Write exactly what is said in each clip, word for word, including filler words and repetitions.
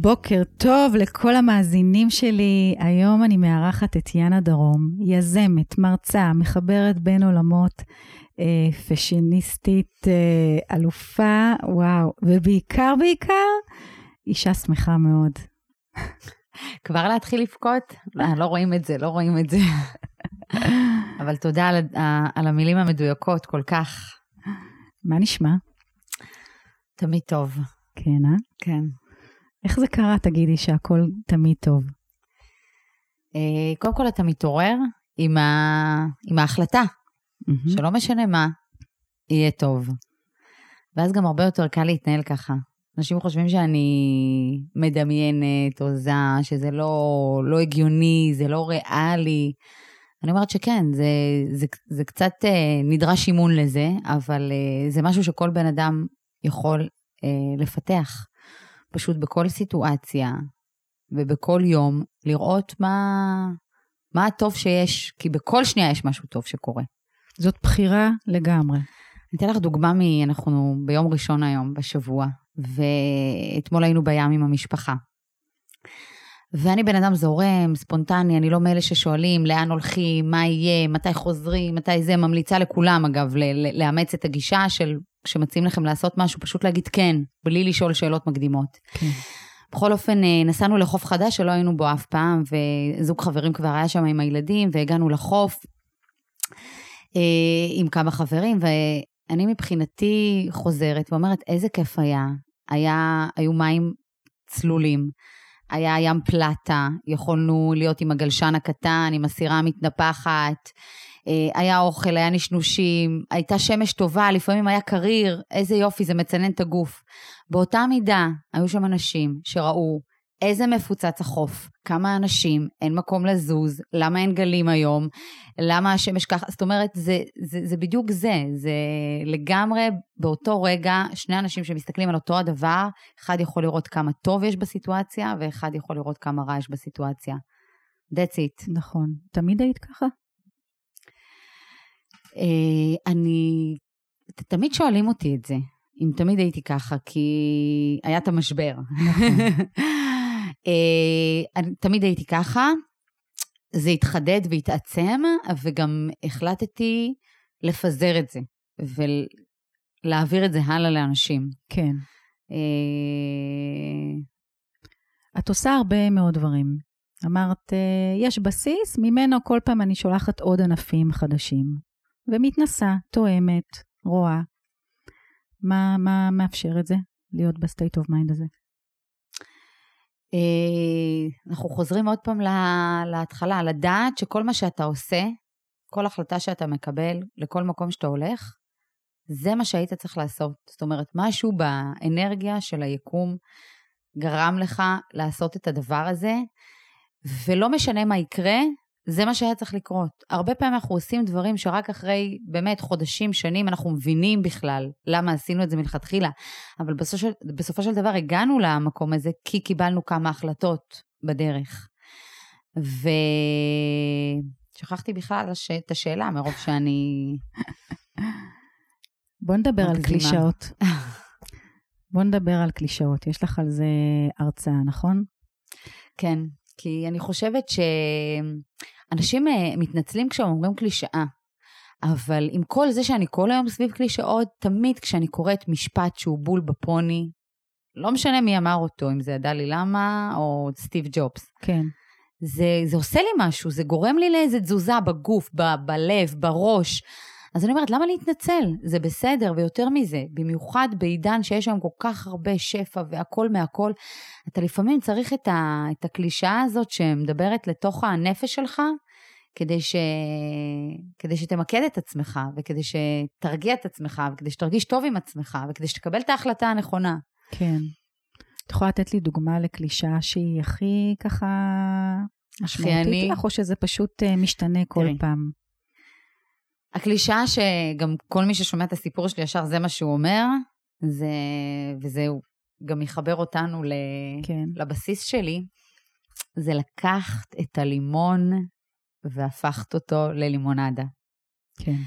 בוקר טוב לכל המאזינים שלי. היום אני מארחת את יאנה דרום, יזמת, מרצה, מחברת בין עולמות, אה, פשיניסטית, אה, אלופה, וואו, ובעיקר בעיקר, אישה שמחה מאוד. כבר להתחיל לבכות? לא, לא רואים את זה, לא רואים את זה. אבל תודה על, על המילים המדויקות כל כך. מה נשמע? תמיד טוב. כן, אה? כן. איך זה קרה, תגידי, שהכל תמיד טוב? קודם כל אתה מתעורר עם, ה... עם ההחלטה, mm-hmm. שלא משנה מה, יהיה טוב. ואז גם הרבה יותר קל להתנהל ככה. אנשים חושבים שאני מדמיינת, או זה, שזה לא, לא הגיוני, זה לא ריאלי. אני אומרת שכן, זה, זה, זה קצת נדרש אימון לזה, אבל זה משהו שכל בן אדם יכול לפתח. פשוט בכל סיטואציה ובכל יום לראות מה, מה הטוב שיש, כי בכל שנייה יש משהו טוב שקורה. זאת בחירה לגמרי. אני אתן לך דוגמה מ... אנחנו ביום ראשון היום בשבוע, ואתמול היינו בים עם המשפחה. ואני בן אדם זורם, ספונטני, אני לא מאלה ששואלים לאן הולכים, מה יהיה, מתי חוזרים, מתי זה, ממליצה לכולם אגב, לאמץ את הגישה של כשמציעים לכם לעשות משהו, פשוט להגיד כן, בלי לשאול שאלות מקדימות. כן. בכל אופן, נסענו לחוף חדש שלא היינו בו אף פעם, וזוג חברים כבר היה שם עם הילדים, והגענו לחוף עם כמה חברים, ואני מבחינתי חוזרת ואומרת, איזה כיף היה. היה, היו מים צלולים, היה ים פלטה, יכולנו להיות עם הגלשן הקטן, עם הסירה המתנפחת, היה אוכל, היה נשנושים, הייתה שמש טובה, לפעמים היה קריר, איזה יופי, זה מצנן את הגוף. באותה מידה, היו שם אנשים שראו איזה מפוצץ החוף, כמה אנשים, אין מקום לזוז, למה אין גלים היום, למה השמש ככה, זאת אומרת, זה, זה, זה בדיוק זה, זה לגמרי באותו רגע, שני אנשים שמסתכלים על אותו הדבר, אחד יכול לראות כמה טוב יש בסיטואציה, ואחד יכול לראות כמה רע יש בסיטואציה. That's it. נכון. תמיד היית ככה? אני, תמיד שואלים אותי את זה, אם תמיד הייתי ככה, כי היה את המשבר. אני תמיד הייתי ככה, זה התחדד והתעצם, וגם החלטתי לפזר את זה, ולהעביר את זה הלאה לאנשים. כן. את עושה הרבה מאוד דברים. אמרת, יש בסיס, ממנו כל פעם אני שולחת עוד ענפים חדשים. ומתנסה, תואמת, רואה. מה, מה מאפשר את זה? להיות בסטייט אוף מיינד הזה? אנחנו חוזרים עוד פעם להתחלה, לדעת שכל מה שאתה עושה, כל החלטה שאתה מקבל, לכל מקום שאתה הולך, זה מה שהיית צריך לעשות. זאת אומרת, משהו באנרגיה של היקום גרם לך לעשות את הדבר הזה, ולא משנה מה יקרה, זה מה שהיה צריך לקרות. הרבה פעמים אנחנו עושים דברים שרק אחרי באמת חודשים, שנים, אנחנו מבינים בכלל למה עשינו את זה מלכתחילה. אבל בסופו של, בסופו של דבר הגענו למקום הזה, כי קיבלנו כמה החלטות בדרך. ושכחתי בכלל את השאלה, מרוב שאני... בוא נדבר על קלישאות. בוא נדבר על קלישאות. יש לך על זה הרצאה, נכון? כן. כי אני חושבת שאנשים מתנצלים כשהם אומרים קלישאה, אבל עם כל זה שאני כל היום סביב קלישאות, תמיד כשאני קוראת משפט שהוא בול בפוני, לא משנה מי אמר אותו, אם זה הדלי למה או סטיב ג'ובס. כן. זה, זה עושה לי משהו, זה גורם לי לאיזה תזוזה בגוף, ב, בלב, בראש. אז אני אומרת, למה להתנצל? זה בסדר, ויותר מזה, במיוחד בעידן שיש היום כל כך הרבה שפע והכל מהכל, אתה לפעמים צריך את, ה, את הקלישאה הזאת שמדברת לתוך הנפש שלך, כדי, ש, כדי שתמקד את עצמך, וכדי שתרגיע את עצמך, וכדי שתרגיש טוב עם עצמך, וכדי שתקבל את ההחלטה הנכונה. כן. את יכולה לתת לי דוגמה לקלישאה שהיא הכי ככה משמעותית לך, או שזה פשוט משתנה כל תראי. פעם? הקלישאה שגם כל מי ששומע את הסיפור שלי ישר זה מה שהוא אומר, זה, וזהו, גם יחבר אותנו ל, כן. לבסיס שלי, זה לקחת את הלימון והפכת אותו ללימונדה. כן.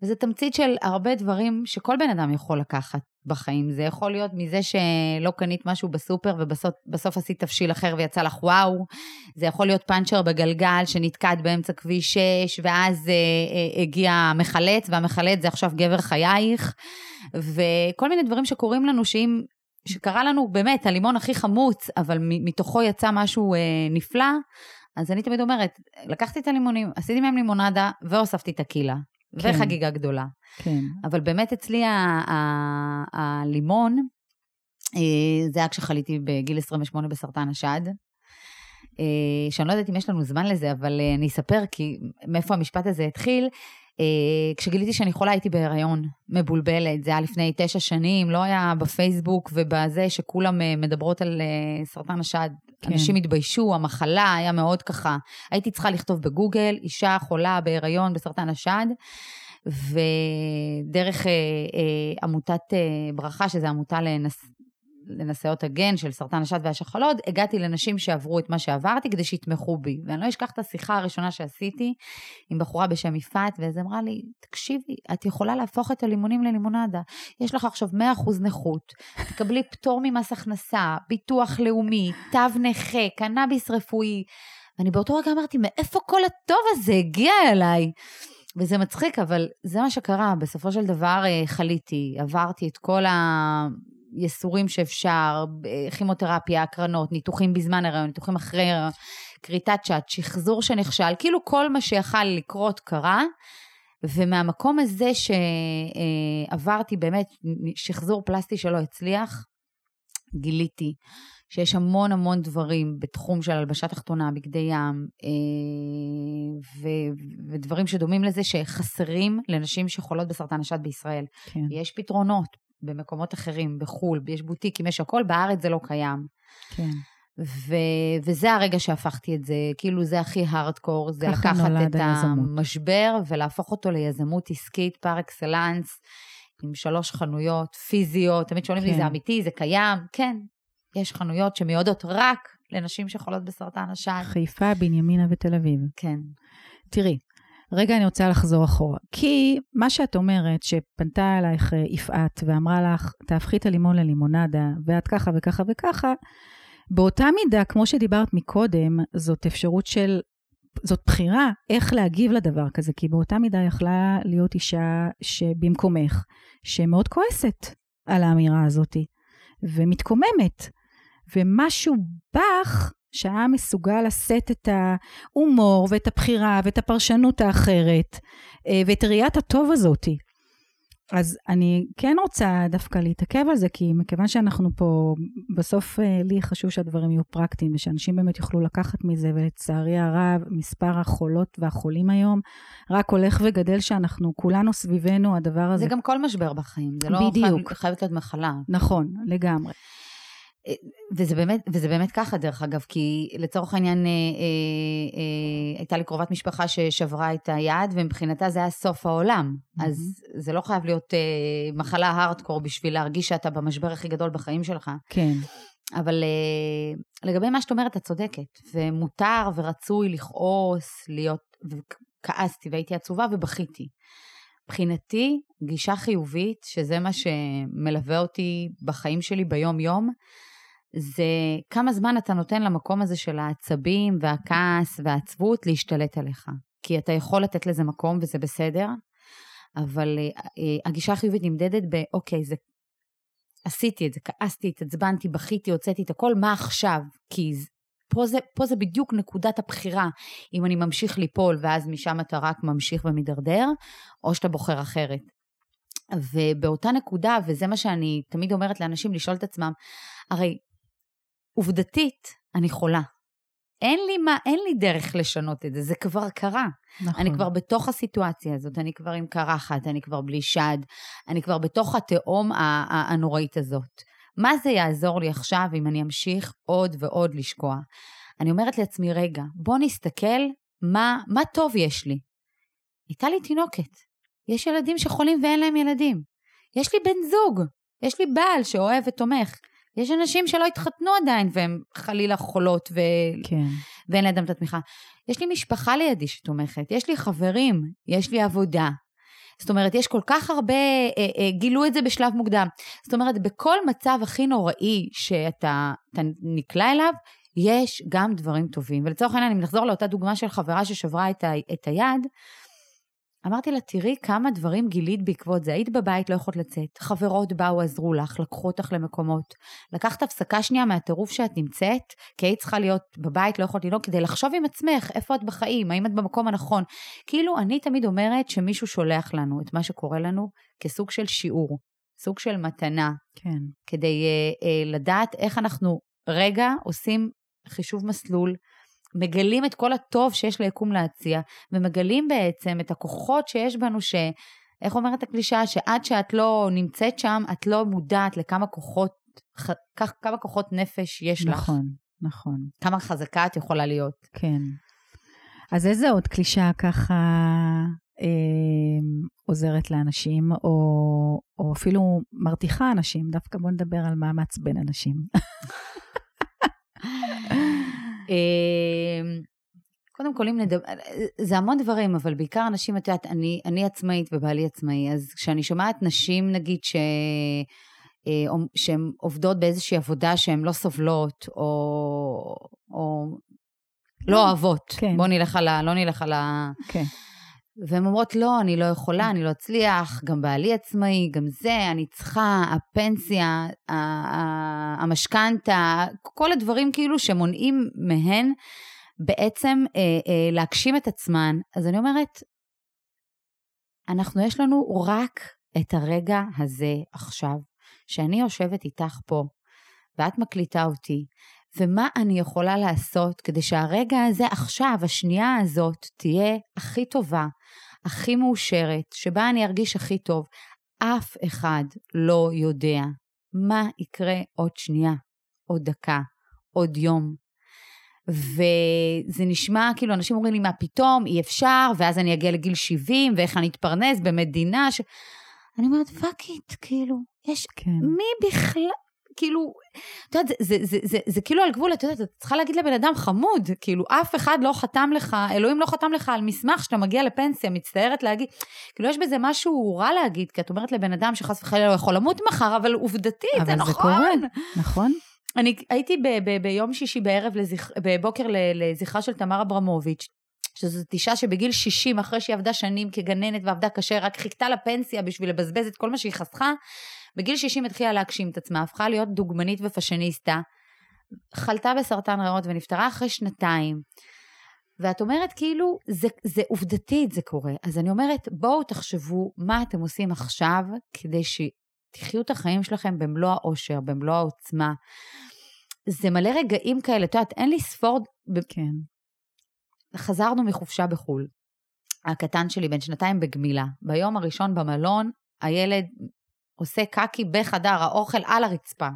וזה תמצית של הרבה דברים שכל בן אדם יכול לקחת בחיים. זה יכול להיות מזה שלא קנית משהו בסופר, ובסוף בסוף עשית תבשיל אחר ויצא לך וואו. זה יכול להיות פאנצ'ר בגלגל שנתקעת באמצע כביש שש, ואז אה, אה, הגיע מחלץ, והמחלץ זה עכשיו גבר חייך, וכל מיני דברים שקורים לנו, שאם, שקרה לנו באמת, הלימון הכי חמוץ, אבל מתוכו יצא משהו אה, נפלא, אז אני תמיד אומרת, לקחתי את הלימונים, עשיתי מהם לימונדה, והוספתי את הקילה. כן. וחגיגה גדולה. כן. אבל באמת אצלי הלימון, זה היה כשחליתי בגיל עשרים ושמונה בסרטן השד, שאני לא יודעת אם יש לנו זמן לזה, אבל אני אספר כי מאיפה המשפט הזה התחיל, כשגיליתי שאני חולה הייתי בהיריון מבולבלת, זה היה לפני תשע שנים, לא היה בפייסבוק ובזה שכולם מדברות על סרטן השד, כן. אנשים התביישו, המחלה היה מאוד ככה, הייתי צריכה לכתוב בגוגל, אישה חולה בהיריון בסרטן השד, ודרך אה, אה, עמותת אה, ברכה, שזו עמותה לנס... לנשאות הגן של סרטן השד והשחלות, הגעתי לנשים שעברו את מה שעברתי כדי שיתמכו בי, ואני לא אשכח את השיחה הראשונה שעשיתי עם בחורה בשם יפעת, ואז אמרה לי, תקשיבי, את יכולה להפוך את הלימונים ללימונדה, יש לך עכשיו מאה אחוז נכות, תקבלי פטור ממס הכנסה, ביטוח לאומי, תו נכה, קנאביס רפואי, ואני באותו רגע אמרתי, מאיפה כל הטוב הזה הגיע אליי? וזה מצחיק, אבל זה מה שקרה, בסופו של דבר חליתי, עברתי את כל ה... יסורים שאפשר, כימותרפיה, הקרנות, ניתוחים בזמן הריון, ניתוחים אחרי קריטת שד, שחזור שנכשל, כאילו כל מה שיכל לקרות קרה, ומהמקום הזה שעברתי באמת שחזור פלסטי שלא הצליח, גיליתי שיש המון המון דברים בתחום של הלבשה תחתונה, בגדי ים, ו- ודברים שדומים לזה שחסרים לנשים שחולות בסרטן השד בישראל. כן. יש פתרונות. במקומות אחרים, בחול, יש בוטיקים, יש הכל, בארץ זה לא קיים. כן. ו- וזה הרגע שהפכתי את זה, כאילו זה הכי הארדקור, זה לקחת את המשבר, ולהפוך אותו ליזמות עסקית, פר אקסלנס, עם שלוש חנויות פיזיות, תמיד שואלים כן. לי, זה אמיתי, זה קיים? כן, יש חנויות שמיועדות רק לנשים שחולות בסרטן השד. חיפה, בנימינה ותל אביב. כן. תראי, רגע אני רוצה לחזור אחורה, כי מה שאת אומרת, שפנתה אלייך יפעת ואמרה לך, תהפכי את הלימון ללימונדה, ואת ככה וככה וככה, באותה מידה, כמו שדיברת מקודם, זאת אפשרות של, זאת בחירה איך להגיב לדבר כזה, כי באותה מידה יכלה להיות אישה שבמקומך, שמאוד כועסת על האמירה הזאת, ומתקוממת, ומשהו בך, שהיה מסוגל לשאת את ההומור ואת הבחירה ואת הפרשנות האחרת ואת ראיית הטוב הזאת. אז אני כן רוצה דווקא להתעכב על זה, כי מכיוון שאנחנו פה, בסוף לי חשוב שהדברים יהיו פרקטיים, ושאנשים באמת יוכלו לקחת מזה, ולצערי הרב, מספר החולות והחולים היום, רק הולך וגדל שאנחנו כולנו סביבנו, הדבר הזה. זה גם כל משבר בחיים, זה לא בדיוק. חייבת להיות מחלה. נכון, לגמרי. וזה באמת, וזה באמת ככה דרך אגב, כי לצורך העניין אה, אה, אה, הייתה לי קרובת משפחה ששברה את היד, ומבחינתה זה היה סוף העולם. Mm-hmm. אז זה לא חייב להיות אה, מחלה הארדקור בשביל להרגיש שאתה במשבר הכי גדול בחיים שלך. כן. אבל אה, לגבי מה שאת אומרת, את צודקת, ומותר ורצוי לכעוס, להיות, וכעסתי והייתי עצובה ובכיתי. מבחינתי, גישה חיובית, שזה מה שמלווה אותי בחיים שלי ביום יום, זה כמה זמן אתה נותן למקום הזה של העצבים והכעס והעצבות להשתלט עליך. כי אתה יכול לתת לזה מקום וזה בסדר, אבל uh, הגישה החיובית נמדדת באוקיי, זה, עשיתי את זה, כעסתי, התעצבנתי, בכיתי, הוצאתי את הכל, מה עכשיו? כי פה זה, פה זה בדיוק נקודת הבחירה, אם אני ממשיך ליפול ואז משם אתה רק ממשיך ומדרדר, או שאתה בוחר אחרת. ובאותה נקודה, וזה מה שאני תמיד אומרת לאנשים לשאול את עצמם, הרי עובדתית אני חולה. אין לי מה, אין לי דרך לשנות את זה, זה כבר קרה. נכון. אני כבר בתוך הסיטואציה הזאת, אני כבר עם קרחת, אני כבר בלי שד, אני כבר בתוך התאום הנוראית הזאת. מה זה יעזור לי עכשיו אם אני אמשיך עוד ועוד לשקוע? אני אומרת לעצמי, רגע, בוא נסתכל מה, מה טוב יש לי. הייתה לי תינוקת. יש ילדים שחולים ואין להם ילדים. יש לי בן זוג. יש לי בעל שאוהב ותומך. יש אנשים שלא התחתנו עדיין והם חלילה חולות ו... כן. ואין לאדם את התמיכה. יש לי משפחה לידי שתומכת. יש לי חברים. יש לי עבודה. זאת אומרת, יש כל כך הרבה, אה, אה, גילו את זה בשלב מוקדם. זאת אומרת, בכל מצב הכי נוראי שאתה נקלע אליו, יש גם דברים טובים. ולצורך העניין, אם נחזור לאותה דוגמה של חברה ששברה את, ה, את היד, אמרתי לה, תראי כמה דברים גילית בעקבות זה. היית בבית, לא יכולת לצאת. חברות באו, עזרו לך, לקחו אותך למקומות. לקחת הפסקה שנייה מהטירוף שאת נמצאת, כי היית צריכה להיות בבית, לא יכולת לנהוג, כדי לחשוב עם עצמך, איפה את בחיים, האם את במקום הנכון. כאילו, אני תמיד אומרת שמישהו שולח לנו את מה שקורה לנו, כסוג של שיעור, סוג של מתנה. כן. כדי אה, אה, לדעת איך אנחנו רגע עושים חישוב מסלול, מגלים את כל הטוב שיש ליקום להציע, ומגלים בעצם את הכוחות שיש בנו, ש... איך אומרת הקלישה? שעד שאת לא נמצאת שם, את לא מודעת לכמה כוחות, ח... כמה כוחות נפש יש לך. נכון, נכון. כמה חזקה את יכולה להיות. כן. אז איזה עוד קלישה ככה אה, עוזרת לאנשים, או, או אפילו מרתיחה אנשים? דווקא בוא נדבר על מאמץ בין אנשים. קודם כל, אם נדבר, זה המון דברים, אבל בעיקר אנשים, את יודעת, אני, אני עצמאית ובעלי עצמאי, אז כשאני שומעת נשים, נגיד, ש, שהן עובדות באיזושהי עבודה שהן לא סובלות, או, או לא אוהבות, כן. בוא נלך על ה... לא נלך על ה... כן. והן אומרות, לא, אני לא יכולה, אני לא אצליח, גם בעלי עצמאי, גם זה, אני צריכה, הפנסיה, המשכנתה, כל הדברים כאילו שמונעים מהן בעצם אה, אה, להגשים את עצמן. אז אני אומרת, אנחנו יש לנו רק את הרגע הזה עכשיו, שאני יושבת איתך פה, ואת מקליטה אותי, ומה אני יכולה לעשות כדי שהרגע הזה עכשיו, השנייה הזאת, תהיה הכי טובה, הכי מאושרת, שבה אני ארגיש הכי טוב. אף אחד לא יודע מה יקרה עוד שנייה, עוד דקה, עוד יום. וזה נשמע, כאילו אנשים אומרים לי, מה פתאום, אי אפשר, ואז אני אגיע לגיל שבעים, ואיך אני אתפרנס במדינה ש... אני אומרת, פאקית, כאילו, יש כן. מי בכלל... כאילו, אתה יודעת, זה, זה, זה, זה, זה כאילו על גבול, אתה יודעת, אתה צריכה להגיד לבן אדם חמוד, כאילו, אף אחד לא חתם לך, אלוהים לא חתם לך על מסמך שאתה מגיע לפנסיה, מצטערת להגיד, כאילו, יש בזה משהו רע להגיד, כי את אומרת לבן אדם שחס וחלילה לא יכול למות מחר, אבל עובדתית, אבל זה נכון. קורה, נכון. אני הייתי ב, ב, ביום שישי בערב, לזכ... בבוקר לזכרה של תמר אברמוביץ', שזאת אישה שבגיל שישים, אחרי שהיא עבדה שנים כגננת ועבדה קשה, רק חיכתה לפנסיה בשביל לבזבז את כל מה שהיא חסכה, בגיל שישים התחילה להגשים את עצמה, הפכה להיות דוגמנית ופשניסטה, חלתה בסרטן ריאות ונפטרה אחרי שנתיים, ואת אומרת כאילו, זה, זה עובדתית זה קורה, אז אני אומרת, בואו תחשבו מה אתם עושים עכשיו, כדי שתחיו את החיים שלכם במלוא האושר, במלוא העוצמה, זה מלא רגעים כאלה, את יודעת, אין לי ספורד, כן. חזרנו מחופשה בחול, הקטן שלי בן שנתיים בגמילה, ביום הראשון במלון, הילד עושה קקי בחדר האוכל על הרצפה.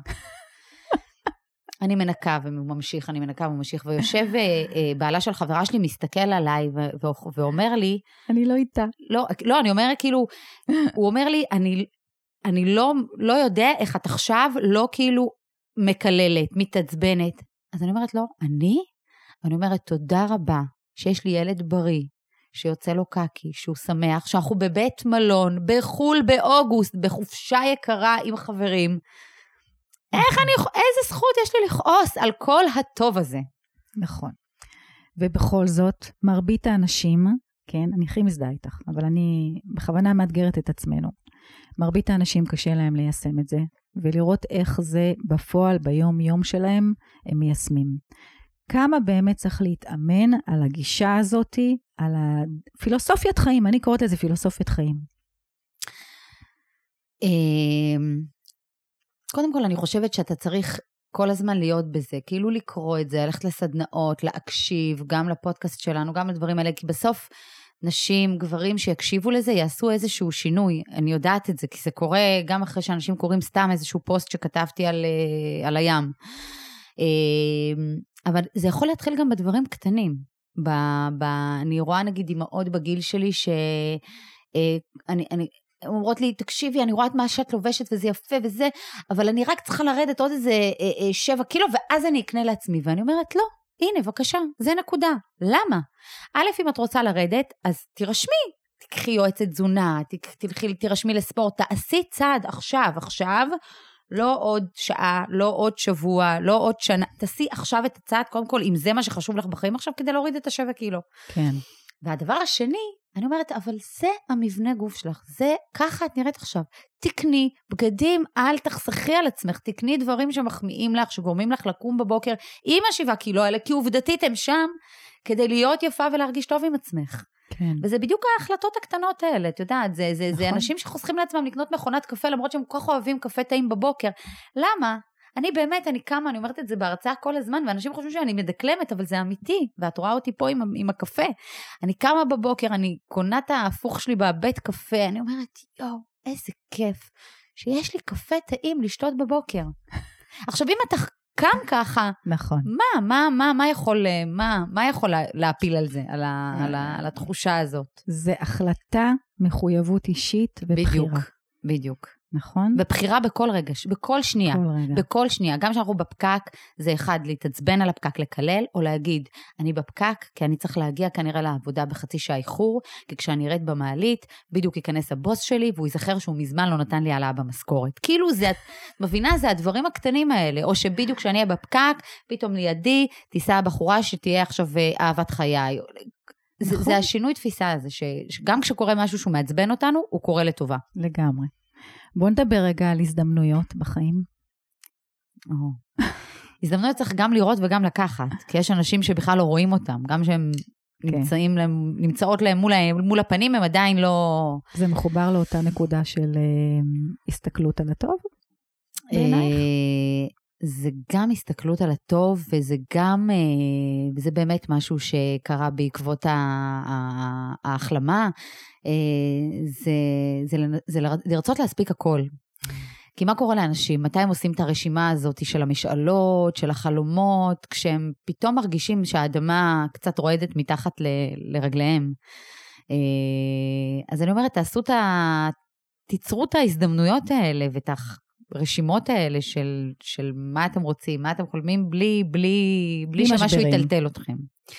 אני מנקה והוא ממשיך, אני מנקה והוא ממשיך, ויושב בעלה של חברה שלי מסתכל עליי ואומר לי, אני לא איתה. לא, לא, אני אומרת כאילו, הוא אומר לי, אני, אני לא, לא יודע איך את עכשיו לא כאילו מקללת, מתעצבנת. אז אני אומרת לו, אני? ואני אומרת, תודה רבה שיש לי ילד בריא, שיוצא לו קקי, שהוא שמח, שאנחנו בבית מלון, בחול באוגוסט, בחופשה יקרה עם חברים. איך אני, איזה זכות יש לי לכעוס על כל הטוב הזה. נכון. ובכל זאת, מרבית האנשים, כן, אני הכי מזדהה איתך, אבל אני בכוונה מאתגרת את עצמנו. מרבית האנשים קשה להם ליישם את זה, ולראות איך זה בפועל, ביום יום שלהם, הם מיישמים. כמה באמת צריך להתאמן על הגישה הזאת, על הפילוסופיית חיים, אני קוראת לזה פילוסופיית חיים. קודם כל אני חושבת שאתה צריך כל הזמן להיות בזה, כאילו לקרוא את זה, ללכת לסדנאות, להקשיב, גם לפודקאסט שלנו, גם לדברים האלה, כי בסוף נשים, גברים שיקשיבו לזה, יעשו איזשהו שינוי, אני יודעת את זה, כי זה קורה גם אחרי שאנשים קוראים סתם איזשהו פוסט שכתבתי על, על הים. אבל זה יכול להתחיל גם בדברים קטנים. ב, ב, אני רואה נגיד אמהות בגיל שלי שאני, אני, אומרות לי, תקשיבי, אני רואה את מה שאת לובשת וזה יפה וזה, אבל אני רק צריכה לרדת עוד איזה שבע קילו, ואז אני אקנה לעצמי. ואני אומרת, לא, הנה, בבקשה, זה נקודה. למה? א', אם את רוצה לרדת, אז תירשמי, תקחי יועצת תזונה, תלכי, תירשמי לספורט, תעשי צעד עכשיו, עכשיו, לא עוד שעה, לא עוד שבוע, לא עוד שנה, תעשי עכשיו את הצעד, קודם כל, אם זה מה שחשוב לך בחיים עכשיו, כדי להוריד את השבע קילו. כן. והדבר השני, אני אומרת, אבל זה המבנה גוף שלך, זה, ככה את נראית עכשיו. תקני בגדים, אל תחסכי על עצמך, תקני דברים שמחמיאים לך, שגורמים לך לקום בבוקר, עם השבעה קילו האלה, כי עובדתית הם שם, כדי להיות יפה ולהרגיש טוב עם עצמך. כן. וזה בדיוק ההחלטות הקטנות האלה, את יודעת, זה, זה, נכון. זה אנשים שחוסכים לעצמם לקנות מכונת קפה, למרות שהם כל כך אוהבים קפה טעים בבוקר. למה? אני באמת, אני קמה, אני אומרת את זה בהרצאה כל הזמן, ואנשים חושבים שאני מדקלמת, אבל זה אמיתי, ואת רואה אותי פה עם, עם הקפה. אני קמה בבוקר, אני קונה את ההפוך שלי בבית קפה, אני אומרת, יואו, איזה כיף, שיש לי קפה טעים לשתות בבוקר. עכשיו, אם אתה קם ככה, נכון. מה, מה, מה, מה יכול, מה, מה יכול להפיל על זה, על, ה, על, ה, על התחושה הזאת? זה החלטה, מחויבות אישית ובחירה. בדיוק, בדיוק. נכון? ובחירה בכל רגע, בכל שנייה, בכל רגע. בכל שנייה, גם שאנחנו בפקק, זה אחד, להתעצבן על הפקק, לקלל, או להגיד, אני בפקק, כי אני צריך להגיע כנראה לעבודה בחצי שעה איחור, כי כשאני ארד במעלית, בדיוק ייכנס הבוס שלי, והוא יזכר שהוא מזמן לא נתן לי העלאה במשכורת. כאילו זה, מבינה, זה הדברים הקטנים האלה, או שבדיוק כשאני אהיה בפקק, פתאום לידי, תיסע הבחורה שתהיה עכשיו אהבת חיי. זה, נכון. זה השינוי תפיסה הזה, שגם כשקורה משהו שהוא מעצבן אותנו, הוא קורה לטובה. לגמרי. בוא נדבר רגע על הזדמנויות בחיים. Oh. הזדמנויות צריך גם לראות וגם לקחת, כי יש אנשים שבכלל לא רואים אותם, גם שהם okay. נמצאים להם, נמצאות להם מול, מול הפנים, הם עדיין לא... זה מחובר לאותה נקודה של uh, הסתכלות על הטוב? בעינייך? זה גם הסתכלות על הטוב, וזה גם, וזה באמת משהו שקרה בעקבות ההחלמה, זה, זה, זה לרצות להספיק הכל. כי מה קורה לאנשים? מתי הם עושים את הרשימה הזאת של המשאלות, של החלומות, כשהם פתאום מרגישים שהאדמה קצת רועדת מתחת ל- לרגליהם. אז אני אומרת, תעשו את ה... תיצרו את ההזדמנויות האלה ואת הרשימות האלה של, של מה אתם רוצים, מה אתם חולמים, בלי, בלי, בלי שמשהו יטלטל אתכם.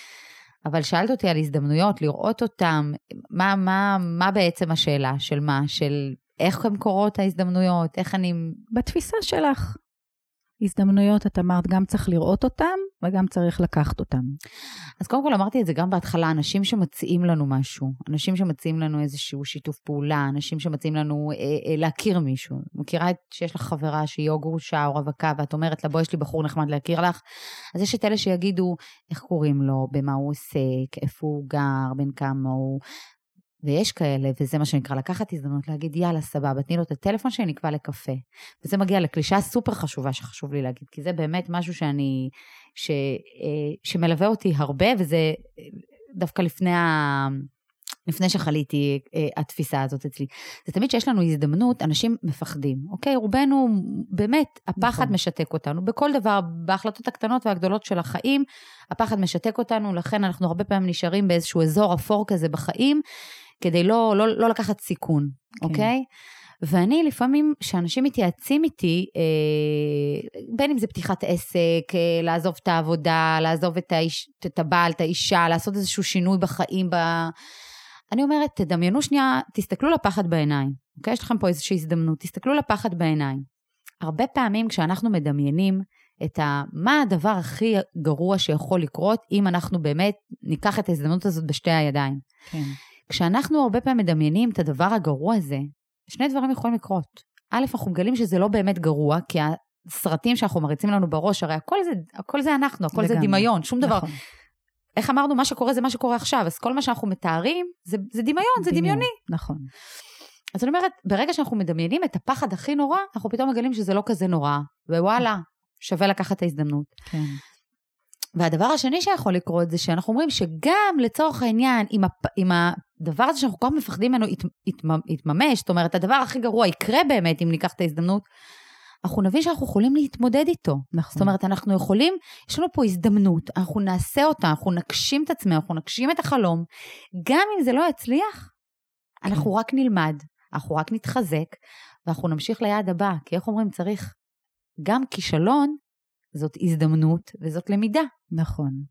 אבל שאלת אותי על הזדמנויות, לראות אותם, מה, מה, מה בעצם השאלה של מה? של איך הן קורות ההזדמנויות? איך אני... בתפיסה שלך. הזדמנויות, את אמרת, גם צריך לראות אותם, וגם צריך לקחת אותם. אז קודם כל אמרתי את זה גם בהתחלה, אנשים שמציעים לנו משהו, אנשים שמציעים לנו איזשהו שיתוף פעולה, אנשים שמציעים לנו אה, אה, להכיר מישהו. מכירה את שיש לך חברה שהיא או גרושה או רווקה, ואת אומרת לה, בוא, יש לי בחור נחמד להכיר לך, אז יש את אלה שיגידו, איך קוראים לו, במה הוא עוסק, איפה הוא גר, בין כמה הוא... ויש כאלה, וזה מה שנקרא, לקחת הזדמנות להגיד, יאללה, סבבה, תני לו את הטלפון שלי, נקבע לקפה. וזה מגיע לקלישה סופר חשובה שחשוב לי להגיד, כי זה באמת משהו שאני, ש, שמלווה אותי הרבה, וזה דווקא לפני, ה, לפני שחליתי התפיסה הזאת אצלי. זה תמיד שיש לנו הזדמנות, אנשים מפחדים, אוקיי? רובנו, באמת, הפחד נכון. משתק אותנו. בכל דבר, בהחלטות הקטנות והגדולות של החיים, הפחד משתק אותנו, לכן אנחנו הרבה פעמים נשארים באיזשהו אזור אפור כזה בחיים, כדי לא, לא, לא לקחת סיכון, כן. אוקיי? ואני לפעמים, שאנשים מתייעצים איתי, אה, בין אם זה פתיחת עסק, אה, לעזוב את העבודה, לעזוב את, האיש, את הבעל, את האישה, לעשות איזשהו שינוי בחיים, ב... אני אומרת, תדמיינו שנייה, תסתכלו לפחד בעיניים, אוקיי? יש לכם פה איזושהי הזדמנות, תסתכלו לפחד בעיניים. הרבה פעמים כשאנחנו מדמיינים את ה... מה הדבר הכי גרוע שיכול לקרות, אם אנחנו באמת ניקח את ההזדמנות הזאת בשתי הידיים. כן. כשאנחנו הרבה פעמים מדמיינים את הדבר הגרוע הזה, שני דברים יכולים לקרות. א', אנחנו מגלים שזה לא באמת גרוע, כי הסרטים שאנחנו מריצים לנו בראש, הרי הכל זה, הכל זה אנחנו, הכל לגמרי. זה דמיון, שום דבר. נכון. איך אמרנו, מה שקורה זה מה שקורה עכשיו, אז כל מה שאנחנו מתארים, זה, זה דמיון, זה דמיון. דמיוני. נכון. אז אני אומרת, ברגע שאנחנו מדמיינים את הפחד הכי נורא, אנחנו פתאום מגלים שזה לא כזה נורא, ווואלה, שווה לקחת את ההזדמנות. כן. והדבר השני שיכול לקרות זה שאנחנו אומרים שגם לצורך העניין, עם, הפ... עם הדבר הזה שאנחנו כל כך מפחדים ממנו ית... יתממש, יתממש, זאת אומרת, הדבר הכי גרוע יקרה באמת אם ניקח את ההזדמנות, אנחנו נבין שאנחנו יכולים להתמודד איתו. נכון. זאת אומרת, אנחנו יכולים, יש לנו פה הזדמנות, אנחנו נעשה אותה, אנחנו נגשים את עצמנו, אנחנו נגשים את החלום, גם אם זה לא יצליח, כן. אנחנו רק נלמד, אנחנו רק נתחזק, ואנחנו נמשיך ליעד הבא, כי איך אומרים, צריך גם כישלון, זאת הזדמנות וזאת למידה. נכון.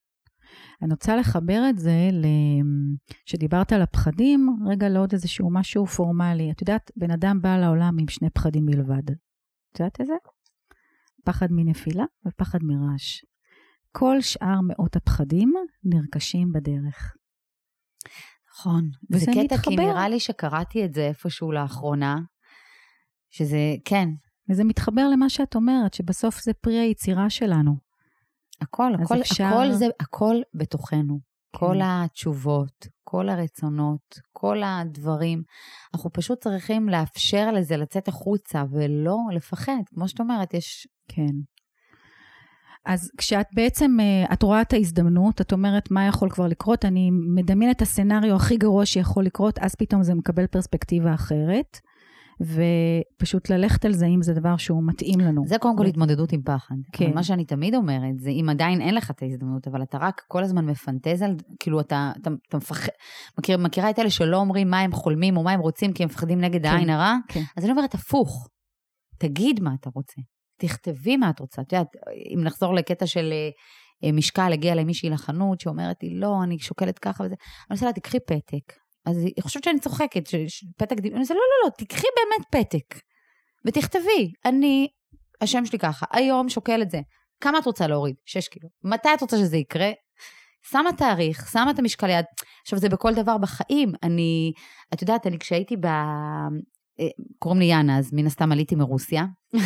אני רוצה לחבר את זה, שדיברת על הפחדים, רגע לעוד איזשהו משהו פורמלי. את יודעת, בן אדם בא לעולם עם שני פחדים מלבד. את יודעת איזה? פחד מנפילה ופחד מרעש. כל שאר מאות הפחדים נרכשים בדרך. נכון. זה קטע, כי נראה לי שקראתי את זה איפשהו לאחרונה, שזה, כן. וזה מתחבר למה שאת אומרת, שבסוף זה פרי היצירה שלנו. הכל, הכל, אפשר... הכל זה, הכל בתוכנו. כן. כל התשובות, כל הרצונות, כל הדברים. אנחנו פשוט צריכים לאפשר לזה לצאת החוצה, ולא לפחד. כמו שאת אומרת, יש... כן. אז כשאת בעצם, את רואה את ההזדמנות, את אומרת מה יכול כבר לקרות, אני מדמיין את הסצנריו הכי גרוע שיכול לקרות, אז פתאום זה מקבל פרספקטיבה אחרת, ופשוט ללכת על זה אם זה דבר שהוא מתאים לנו. זה קודם כל התמודדות עם פחד. כן. מה שאני תמיד אומרת, זה אם עדיין אין לך את ההזדמנות, אבל אתה רק כל הזמן מפנטז על, כאילו אתה, אתה, אתה מפחד, מכיר, מכירה את אלה שלא אומרים מה הם חולמים או מה הם רוצים, כי הם מפחדים נגד כן. העין הרע, כן. אז אני אומרת הפוך, תגיד מה אתה רוצה. תכתבי מה את רוצה. את יודעת, אם נחזור לקטע של משקל, הגיע למישהי לחנות, שאומרת לי, לא, אני שוקלת ככה וזה. אני עושה לה, תקחי פתק. אז היא חושבת שאני צוחקת, פתק, אני עושה, לא, לא, לא, תקחי באמת פתק. ותכתבי, אני, השם שלי ככה, היום שוקל את זה. כמה את רוצה להוריד? שש קילו. מתי את רוצה שזה יקרה? שמה תאריך, שמה את המשקל יד. עכשיו, זה בכל דבר בחיים. אני, את יודעת, אני כשהייתי ב... קוראים לי יאנה, אז מן הסתם עליתי מרוסיה,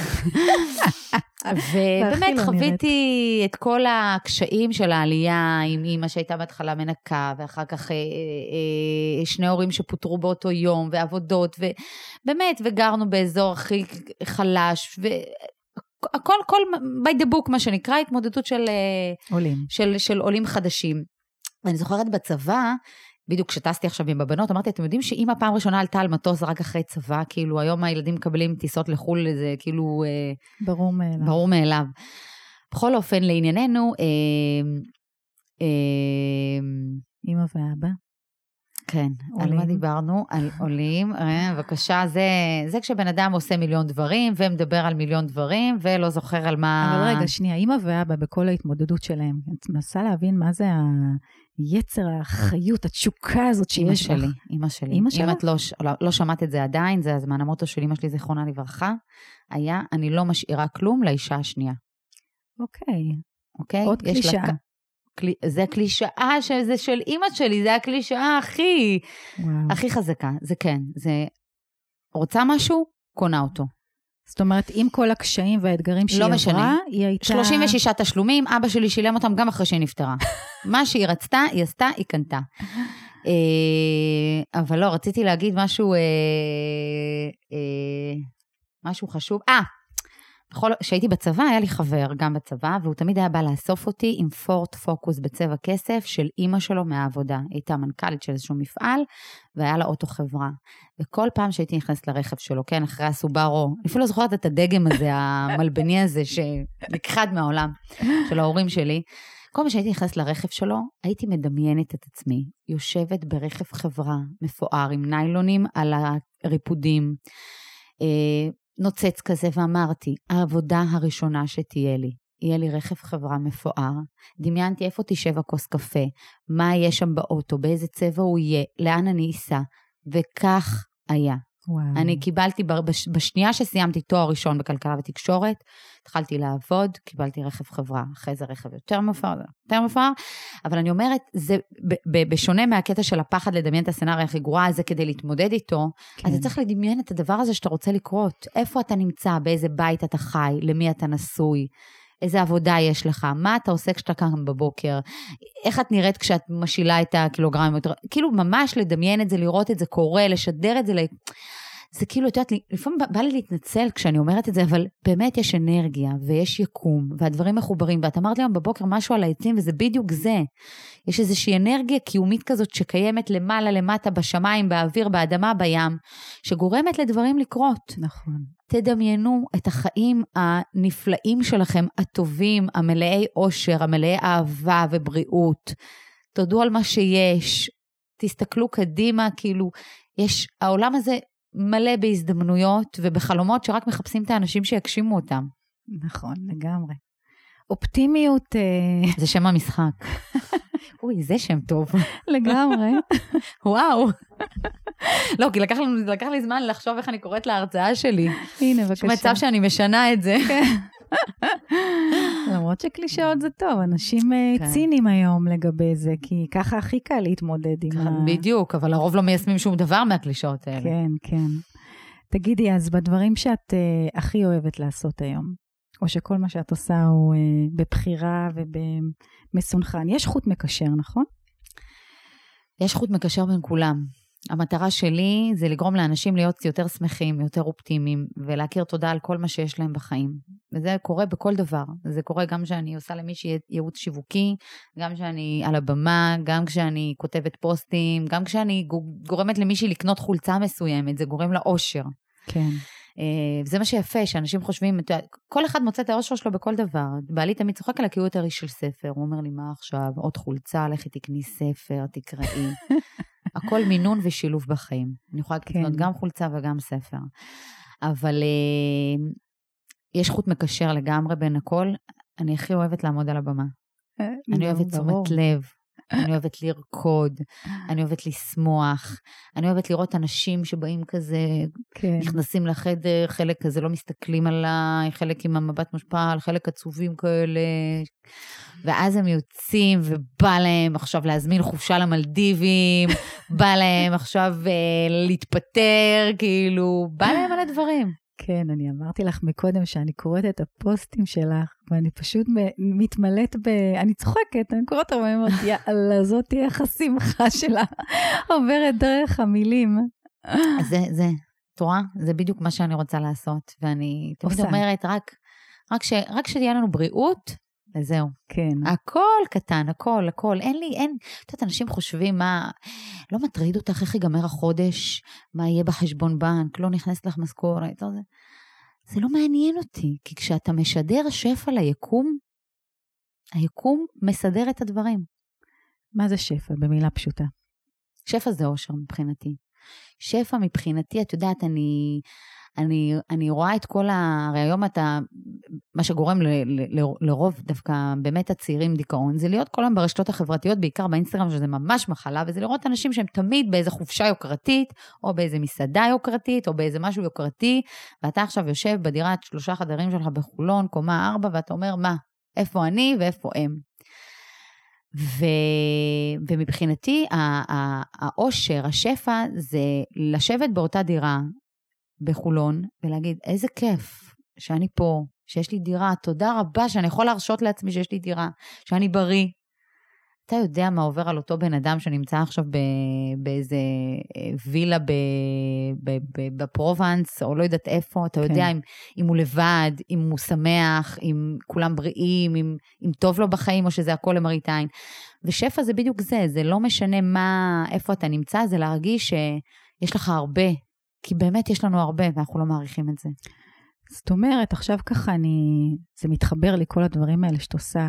ובאמת חוויתי את כל הקשיים של העלייה, עם אמא שהייתה בהתחלה מנקה, ואחר כך שני הורים שפוטרו באותו יום, ועבודות, ובאמת, וגרנו באזור הכי חלש, והכל, כל, by the book, מה שנקרא, התמודדות של עולים, של, של עולים חדשים. ואני זוכרת בצבא, בדיוק כשטסתי עכשיו עם הבנות, אמרתי, אתם יודעים שאמא פעם ראשונה עלתה על מטוס רק אחרי צבא, כאילו היום הילדים מקבלים טיסות לחול, זה כאילו... ברור מאליו. ברור מאליו. בכל אופן, לענייננו, אמא ואבא. כן, על מה דיברנו? על עולים. בבקשה, זה, זה כשבן אדם עושה מיליון דברים, ומדבר על מיליון דברים, ולא זוכר על מה... אבל רגע, שנייה, אמא ואבא בכל ההתמודדות שלהם, את מנסה להבין מה זה היצר, החיות, התשוקה הזאת שיש לך. אמא שלי, אמא שלי. אם את לא, לא, לא שמעת את זה עדיין, זה הזמן המוטו של אמא שלי, זיכרונה לברכה, היה, אני לא משאירה כלום לאישה השנייה. אוקיי. אוקיי? עוד קלישאה. זה הקלישאה שזה של אמא שלי, זה הקלישאה הכי, הכי חזקה. זה כן, זה רוצה משהו, קונה אותו. זאת אומרת, עם כל הקשיים והאתגרים שהיא עברה, משנה. היא הייתה... שלושים ושישה תשלומים, אבא שלי שילם אותם גם אחרי שהיא נפטרה. מה שהיא רצתה, היא עשתה, היא קנתה. אבל לא, רציתי להגיד משהו, משהו חשוב. אה, כשהייתי בצבא, היה לי חבר גם בצבא, והוא תמיד היה בא לאסוף אותי עם פורט פוקוס בצבע כסף של אמא שלו מהעבודה. הייתה מנכ"לית של איזשהו מפעל, והיה לה אוטו חברה. וכל פעם שהייתי נכנסת לרכב שלו, כן, אחרי הסובארו, אני אפילו לא זוכרת את הדגם הזה, המלבני הזה, שנכחד מהעולם של ההורים שלי. כל פעם שהייתי נכנסת לרכב שלו, הייתי מדמיינת את עצמי, יושבת ברכב חברה מפואר, עם ניילונים על הריפודים, נוצץ כזה, ואמרתי, העבודה הראשונה שתהיה לי, יהיה לי רכב חברה מפואר, דמיינתי איפה תשב הכוס קפה, מה יהיה שם באוטו, באיזה צבע הוא יהיה, לאן אני אסע, וכך היה. וואו. אני קיבלתי, בשנייה שסיימתי תואר ראשון בכלכלה ותקשורת, התחלתי לעבוד, קיבלתי רכב חברה, אחרי זה רכב יותר מפואר, יותר מפואר, אבל אני אומרת, זה בשונה מהקטע של הפחד לדמיין את הסצנריה הכי גרועה, זה כדי להתמודד איתו, כן. אז אתה צריך לדמיין את הדבר הזה שאתה רוצה לקרות, איפה אתה נמצא, באיזה בית אתה חי, למי אתה נשוי, איזה עבודה יש לך, מה אתה עושה כשאתה קם בבוקר, איך את נראית כשאת משילה את הקילוגרמים, כאילו ממש לדמיין את זה, לראות את זה קורה, לשדר את זה, זה כאילו, את יודעת, לפעמים בא לי להתנצל כשאני אומרת את זה, אבל באמת יש אנרגיה, ויש יקום, והדברים מחוברים, ואת אמרת לי היום בבוקר משהו על העצים, וזה בדיוק זה. יש איזושהי אנרגיה קיומית כזאת, שקיימת למעלה, למטה, בשמיים, באוויר, באדמה, בים, שגורמת לדברים לקרות. נכון. תדמיינו את החיים הנפלאים שלכם, הטובים, המלאי אושר, המלאי אהבה ובריאות. תודו על מה שיש, תסתכלו קדימה, כאילו, יש, העולם הזה מלא בהזדמנויות ובחלומות שרק מחפשים את האנשים שיקשימו אותם. נכון, לגמרי. אופטימיות... זה שם המשחק. אוי, זה שם טוב. לגמרי. וואו. לא, כי לקח, לקח לי זמן לחשוב איך אני קוראת להרצאה שלי. הנה, בבקשה. יש מצב שאני משנה את זה. למרות שקלישאות זה טוב, אנשים ציניים היום לגבי זה, כי ככה הכי קל להתמודד עם ה... בדיוק, אבל הרוב לא מיישמים שום דבר מהקלישאות האלה. כן, כן. תגידי, אז בדברים שאת הכי אוהבת לעשות היום, או שכל מה שאת עושה הוא בבחירה ובמסונכן, יש חוט מקשר, נכון? יש חוט מקשר בין כולם. המטרה שלי זה לגרום לאנשים להיות יותר שמחים, יותר אופטימיים, ולהכיר תודה על כל מה שיש להם בחיים. וזה קורה בכל דבר. זה קורה גם כשאני עושה למישהי ייעוץ שיווקי, גם כשאני על הבמה, גם כשאני כותבת פוסטים, גם כשאני גורמת למישהי לקנות חולצה מסוימת, זה גורם לאושר. כן. וזה מה שיפה, שאנשים חושבים, כל אחד מוצא את האושר שלו בכל דבר. בעלי תמיד צוחק על הקיוט הרי של ספר, הוא אומר לי, מה עכשיו? עוד חולצה, לכי תקני ספר, תקראי. הכל מינון ושילוב בחיים. אני יכולה לקנות גם חולצה וגם ספר. אבל יש חוט מקשר לגמרי בין הכל. אני הכי אוהבת לעמוד על הבמה. אני אוהבת תשומת לב. אני אוהבת לרקוד, אני אוהבת לשמוח, אני אוהבת לראות אנשים שבאים כזה, כן. נכנסים לחדר, חלק כזה לא מסתכלים עליי, חלק עם המבט מושפל, חלק עצובים כאלה, ואז הם יוצאים ובא להם עכשיו להזמין חופשה למלדיבים, בא להם עכשיו uh, להתפטר, כאילו, בא להם על הדברים. כן, אני אמרתי לך מקודם שאני קוראת את הפוסטים שלך, ואני פשוט מתמלאת ב... אני צוחקת, אני קוראת הרבה, ואומרת, יאללה, זאת תהיה השמחה שלה, עוברת דרך המילים. זה, זה, תורה, זה בדיוק מה שאני רוצה לעשות, ואני תמיד אומרת, רק, רק, ש, רק שתהיה לנו בריאות, וזהו. כן. הכל קטן, הכל, הכל. אין לי, אין, את יודעת, אנשים חושבים מה, לא מטריד אותך איך ייגמר החודש, מה יהיה בחשבון בנק, לא נכנס לך משכורת, לא זה. זה לא מעניין אותי, כי כשאתה משדר שפע ליקום, היקום מסדר את הדברים. מה זה שפע? במילה פשוטה. שפע זה אושר מבחינתי. שפע מבחינתי, את יודעת, אני... אני, אני רואה את כל ה... הרי היום אתה, מה שגורם ל, ל, ל, לרוב דווקא באמת הצעירים דיכאון, זה להיות כל היום ברשתות החברתיות, בעיקר באינסטגרם, שזה ממש מחלה, וזה לראות אנשים שהם תמיד באיזה חופשה יוקרתית, או באיזה מסעדה יוקרתית, או באיזה משהו יוקרתי, ואתה עכשיו יושב בדירת שלושה חדרים שלך בחולון, קומה ארבע, ואתה אומר, מה? איפה אני ואיפה הם? ו... ומבחינתי, האושר, השפע, זה לשבת באותה דירה, בחולון, ולהגיד, איזה כיף שאני פה, שיש לי דירה, תודה רבה שאני יכול להרשות לעצמי שיש לי דירה, שאני בריא. אתה יודע מה עובר על אותו בן אדם שנמצא עכשיו באיזה וילה בפרובנס, או לא יודעת איפה, אתה יודע אם, אם הוא לבד, אם הוא שמח, אם כולם בריאים, אם, אם טוב לו בחיים, או שזה הכל למראית עין. ושפע זה בדיוק זה, זה לא משנה מה, איפה אתה נמצא, זה להרגיש שיש לך הרבה, כי באמת יש לנו הרבה, ואנחנו לא מעריכים את זה. זאת אומרת, עכשיו ככה אני, זה מתחבר לי כל הדברים האלה שאת עושה,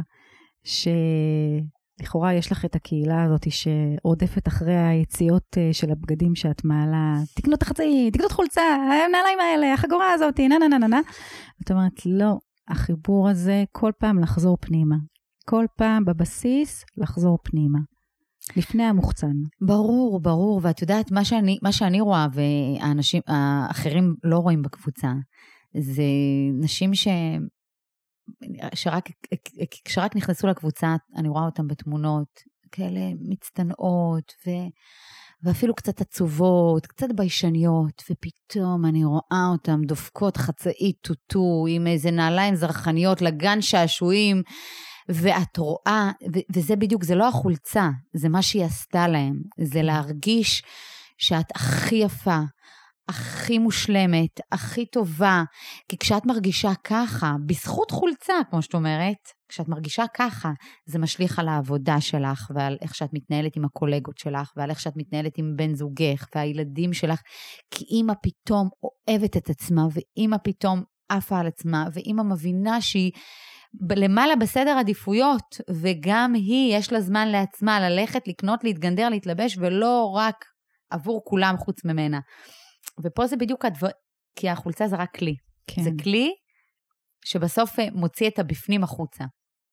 שלכאורה יש לך את הקהילה הזאת שעודפת אחרי היציאות של הבגדים שאת מעלה, תקנו את החצאי, תקנו את חולצה, הנעליים האלה, החגורה הזאת, נה נה נה נה נה. זאת אומרת, לא, החיבור הזה כל פעם לחזור פנימה. כל פעם בבסיס לחזור פנימה. לפני המוחצן. ברור, ברור, ואת יודעת, מה שאני, מה שאני רואה, והאנשים האחרים לא רואים בקבוצה, זה נשים ש... שרק, שרק נכנסו לקבוצה, אני רואה אותם בתמונות, כאלה מצטנעות, ו... ואפילו קצת עצובות, קצת ביישניות, ופתאום אני רואה אותם דופקות חצאית טוטו, עם איזה נעליים זרחניות לגן שעשועים, ואת רואה, ו- וזה בדיוק, זה לא החולצה, זה מה שהיא עשתה להם, זה להרגיש שאת הכי יפה, הכי מושלמת, הכי טובה, כי כשאת מרגישה ככה, בזכות חולצה, כמו שאת אומרת, כשאת מרגישה ככה, זה משליך על העבודה שלך, ועל איך שאת מתנהלת עם הקולגות שלך, ועל איך שאת מתנהלת עם בן זוגך, והילדים שלך, כי אמא פתאום אוהבת את עצמה, ואמא פתאום עפה על עצמה, ואמא מבינה שהיא, למעלה בסדר עדיפויות, וגם היא, יש לה זמן לעצמה, ללכת, לקנות, להתגנדר, להתלבש, ולא רק עבור כולם חוץ ממנה. ופה זה בדיוק הדבר, כי החולצה זה רק כלי. כן. זה כלי שבסוף מוציא את הבפנים החוצה.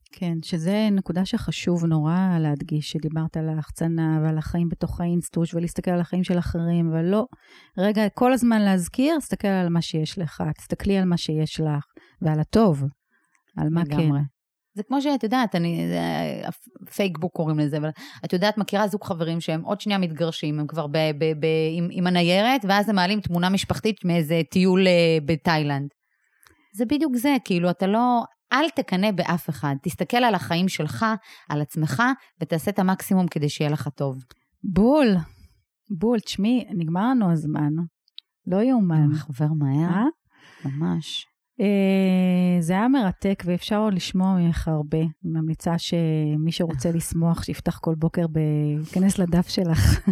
כן, שזה נקודה שחשוב נורא להדגיש, שדיברת על ההחצנה ועל החיים בתוך האינסטוש, ולהסתכל על החיים של אחרים, אבל לא, רגע, כל הזמן להזכיר, תסתכל על מה שיש לך, תסתכלי על מה שיש לך, ועל הטוב, על מה כן. זה כמו שאת יודעת, אני, פייסבוק קוראים לזה, אבל את יודעת, מכירה זוג חברים שהם עוד שנייה מתגרשים, הם כבר ב, ב, ב, עם, עם הניירת, ואז הם מעלים תמונה משפחתית מאיזה טיול בתאילנד. זה בדיוק זה, כאילו, אתה לא, אל תקנה באף אחד, תסתכל על החיים שלך, על עצמך, ותעשה את המקסימום כדי שיהיה לך טוב. בול, בול, תשמעי, נגמר לנו הזמן, לא יאומן. עובר מהר, ממש. זה היה מרתק, ואפשר עוד לשמוע ממך הרבה. אני ממליצה שמי שרוצה לשמוח, שיפתח כל בוקר, יכנס לדף שלך.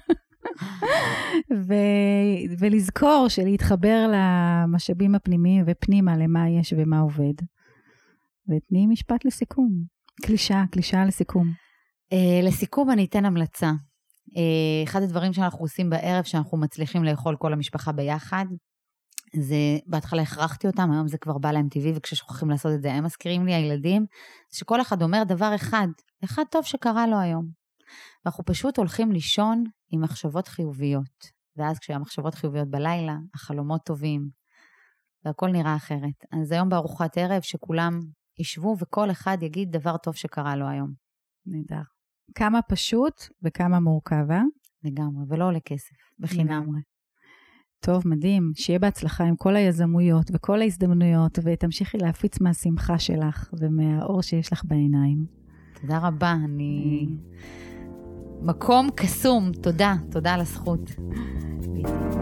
ולזכור שלהתחבר למשאבים הפנימיים ופנימה למה יש ומה עובד. ותני משפט לסיכום. קלישה, קלישה לסיכום. לסיכום אני אתן המלצה. אחד הדברים שאנחנו עושים בערב, שאנחנו מצליחים לאכול כל המשפחה ביחד, זה, בהתחלה הכרחתי אותם, היום זה כבר בא להם טבעי, וכששוכחים לעשות את זה, הם מזכירים לי, הילדים, שכל אחד אומר דבר אחד, אחד טוב שקרה לו היום. ואנחנו פשוט הולכים לישון עם מחשבות חיוביות, ואז כשהמחשבות חיוביות בלילה, החלומות טובים, והכל נראה אחרת. אז היום בארוחת ערב, שכולם ישבו, וכל אחד יגיד דבר טוב שקרה לו היום. נהדר. כמה פשוט וכמה מורכב, אה? לגמרי, ולא עולה כסף, בחינם. טוב, מדהים, שיהיה בהצלחה עם כל היזמויות וכל ההזדמנויות, ותמשיכי להפיץ מהשמחה שלך ומהאור שיש לך בעיניים. תודה רבה, אני... מקום קסום, תודה, תודה על הזכות.